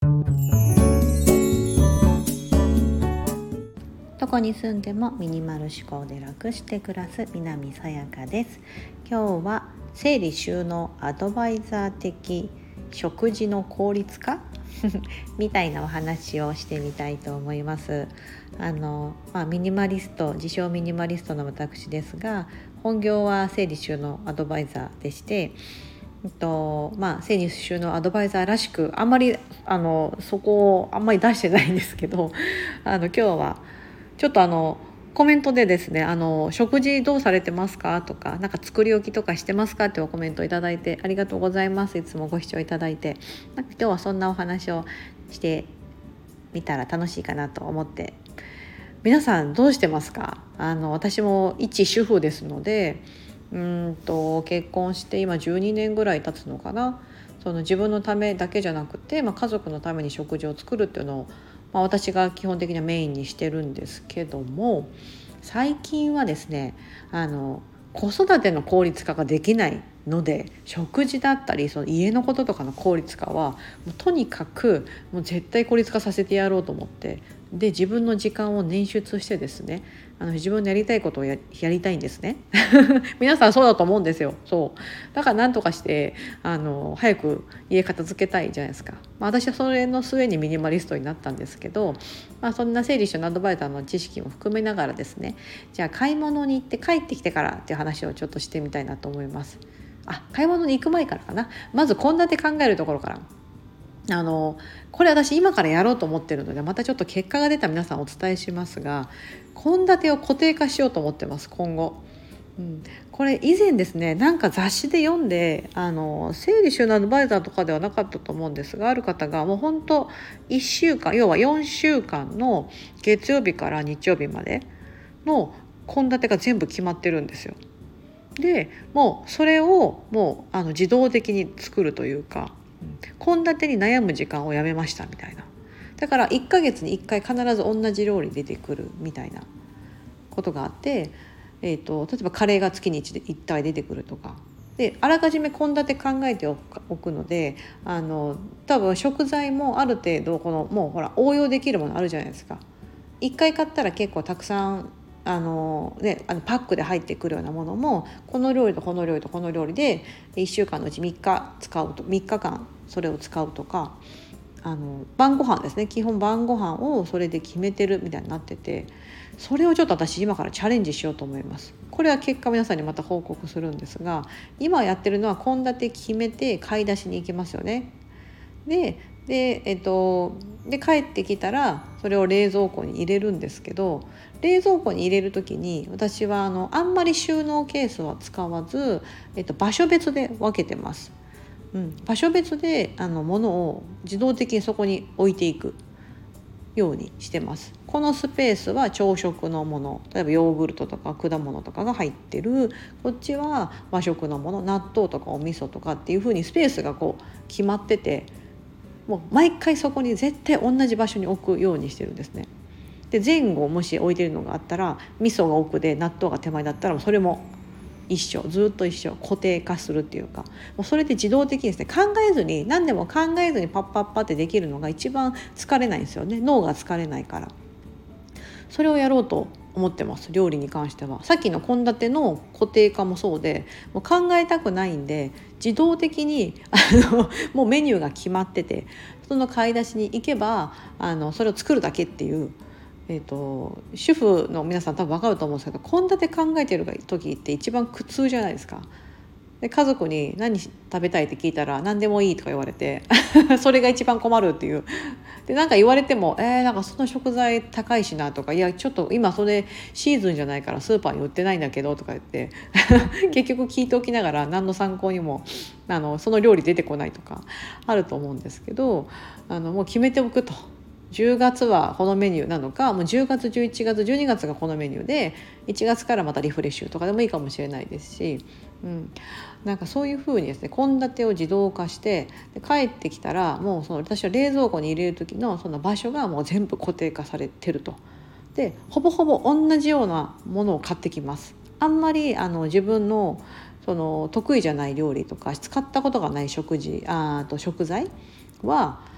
どこに住んでもミニマル思考で楽して暮らす南さやかです。今日は整理収納アドバイザー的食事の効率化みたいなお話をしてみたいと思います。ミニマリスト、自称ミニマリストの私ですが、本業は整理収納アドバイザーでして、整理収納アドバイザーらしくあんまりそこをあんまり出してないんですけど、今日はちょっとコメントでですね、食事どうされてますかとか、なんか作り置きとかしてますかっていうコメントをいただいてありがとうございます。いつもご視聴いただいて、今日はそんなお話をしてみたら楽しいかなと思って。皆さんどうしてますか？私も一主婦ですので、結婚して今12年ぐらい経つのかな。その自分のためだけじゃなくて、家族のために食事を作るっていうのを、私が基本的にはメインにしてるんですけども、最近はですね、子育ての効率化ができないので、食事だったりその家のこととかの効率化はもうとにかくもう絶対効率化させてやろうと思って、で自分の時間を捻出してですね、自分のやりたいことを やりたいんですね皆さんそうだと思うんですよ。そうだから何とかして早く家片付けたいじゃないですか。私はそれの末にミニマリストになったんですけど、そんな整理収納アドバイザーの知識も含めながらですね、じゃあ買い物に行って帰ってきてからっていう話をちょっとしてみたいなと思います。買い物に行く前からかな。まず献立考えるところから。これ私今からやろうと思ってるので、またちょっと結果が出た皆さんお伝えしますが、献立を固定化しようと思ってます今後。これ以前ですね、なんか雑誌で読んで、整理収納アドバイザーとかではなかったと思うんですが、ある方がもう本当1週間、要は4週間の月曜日から日曜日までの献立が全部決まってるんですよ。でもうそれをもう自動的に作るというか、献立に悩む時間をやめましたみたいな。だから1ヶ月に1回必ず同じ料理出てくるみたいなことがあって、例えばカレーが月に1回出てくるとかで、あらかじめ献立考えておくので、多分食材もある程度もうほら応用できるものあるじゃないですか。1回買ったら結構たくさんパックで入ってくるようなものも、この料理とこの料理とこの料理で1週間のうち3日使うと、3日間それを使うとか、晩ご飯ですね、基本晩ご飯をそれで決めてるみたいになってて、それをちょっと私今からチャレンジしようと思います。これは結果皆さんにまた報告するんですが、今やってるのは献立決めて買い出しに行きますよね。で帰ってきたらそれを冷蔵庫に入れるんですけど、冷蔵庫に入れる時に私はあんまり収納ケースは使わず、場所別で分けてます。場所別で物を自動的にそこに置いていくようにしてます。このスペースは朝食のもの、例えばヨーグルトとか果物とかが入ってる、こっちは和食のもの、納豆とかお味噌とかっていう風にスペースが決まってて、もう毎回そこに絶対同じ場所に置くようにしてるんですね。で前後もし置いてるのがあったら、味噌が奥で納豆が手前だったらそれも一緒、ずっと一緒、固定化するっていうか、もうそれで自動的にですね、考えずに何でも考えずにパッパッパってできるのが一番疲れないんですよね。脳が疲れないから。それをやろうと思ってます。料理に関してはさっきの献立の固定化もそうで、もう考えたくないんで自動的にもうメニューが決まってて、その買い出しに行けばそれを作るだけっていう、主婦の皆さん多分分かると思うんですけど、献立考えてる時って一番苦痛じゃないですか。で家族に何食べたいって聞いたら何でもいいとか言われてそれが一番困るっていう。でなんか言われてもなんかその食材高いしなとか、いやちょっと今それシーズンじゃないからスーパーに売ってないんだけどとか言って結局聞いておきながら何の参考にもその料理出てこないとかあると思うんですけど、もう決めておくと。10月はこのメニューなのか、もう10月11月12月がこのメニューで1月からまたリフレッシュとかでもいいかもしれないですし、なんかそういう風にですね、献立を自動化して、で帰ってきたらもう私は冷蔵庫に入れる時のその場所がもう全部固定化されてると。でほぼほぼ同じようなものを買ってきます。あんまり自分の得意じゃない料理とか使ったことがない食材は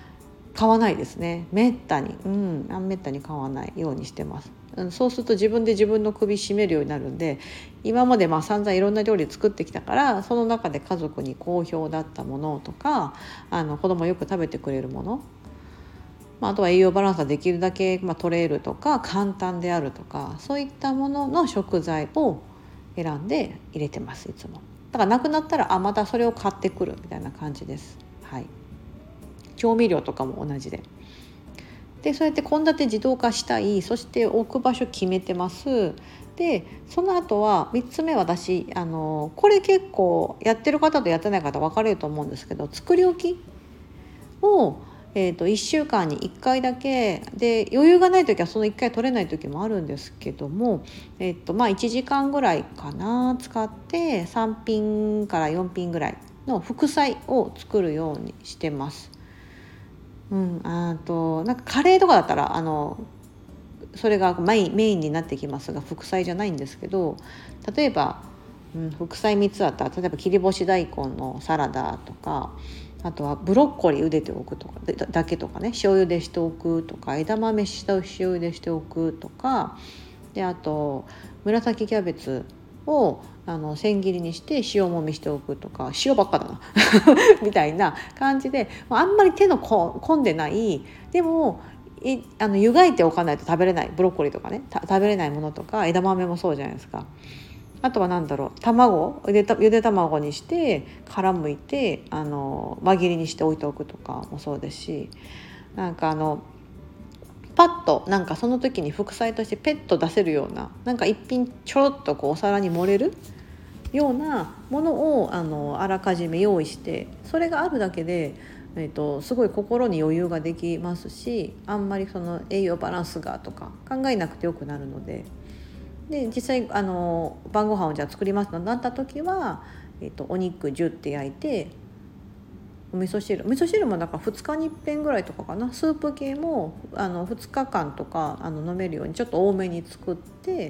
買わないですね。めったに、めったに買わないようにしてます。そうすると自分で自分の首絞めるようになるんで、今まで散々いろんな料理作ってきたから、その中で家族に好評だったものとか、子供よく食べてくれるもの、あとは栄養バランスができるだけ、取れるとか簡単であるとか、そういったものの食材を選んで入れてます。いつもだからなくなったらまたそれを買ってくるみたいな感じです。はい。調味料とかも同じで、そうやって献立自動化したい。そして置く場所決めてます。でその後は3つ目、私これ結構やってる方とやってない方分かれると思うんですけど、作り置きを、1週間に1回だけで、余裕がない時はその1回取れない時もあるんですけども、1時間ぐらいかな使って3品から4品ぐらいの副菜を作るようにしてます。なんかカレーとかだったらそれがメインになってきますが、副菜じゃないんですけど、例えば、副菜3つだったら、例えば切り干し大根のサラダとか、あとはブロッコリー茹でておくとかだけとかね、塩茹でしておくとか、枝豆塩茹でしておくとかで、あと紫キャベツを千切りにして塩もみしておくとか、塩ばっかだなみたいな感じで、あんまり手の込んでない、でも湯がいておかないと食べれないブロッコリーとかね、食べれないものとか、枝豆もそうじゃないですか。あとは卵ゆで卵にして殻むいて輪切りにして置いておくとかもそうですし、なんかパッとその時に副菜としてペット出せるような、一品ちょろっとお皿に盛れるようなものをあらかじめ用意して、それがあるだけで、すごい心に余裕ができますし、あんまりその栄養バランスがとか考えなくてよくなるので、実際晩ご飯をじゃあ作りますとなった時は、お肉ジュッて焼いて、お味噌汁も2日に1遍ぐらいとかかな。スープ系も2日間とか飲めるようにちょっと多めに作って、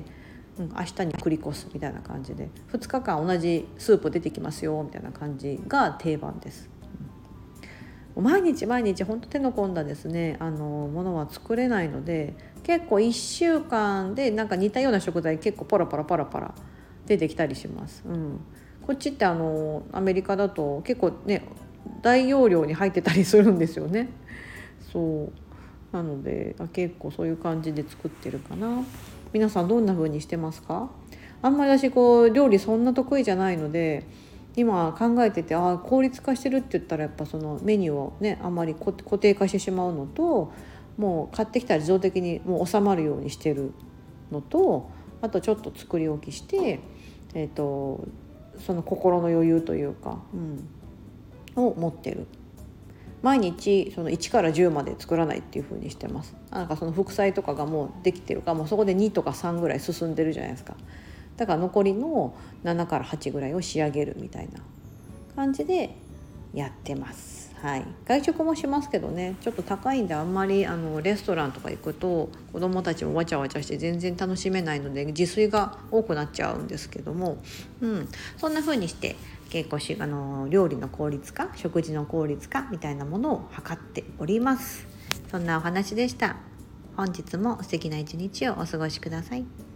明日に繰り越すみたいな感じで、2日間同じスープ出てきますよみたいな感じが定番です。毎日本当手の込んだですねものは作れないので、結構1週間で似たような食材結構パラパラ出てきたりします。こっちってアメリカだと結構ね大容量に入ってたりするんですよね。そうなので結構そういう感じで作ってるかな。皆さんどんな風にしてますか？あんまり私料理そんな得意じゃないので、今考えてて効率化してるって言ったら、やっぱそのメニューをねあんまり固定化してしまうのと、もう買ってきたら自動的にもう収まるようにしてるのと、あとちょっと作り置きして、その心の余裕というか、を持ってる。毎日その1から10まで作らないっていう風にしてます。その副菜とかがもうできてるから、もうそこで2とか3ぐらい進んでるじゃないですか。だから残りの7から8ぐらいを仕上げるみたいな感じでやってます。外食もしますけどね、ちょっと高いんであんまりレストランとか行くと子どもたちもわちゃわちゃして全然楽しめないので、自炊が多くなっちゃうんですけども、そんな風にして結構料理の効率化、食事の効率化みたいなものを図っております。そんなお話でした。本日も素敵な一日をお過ごしください。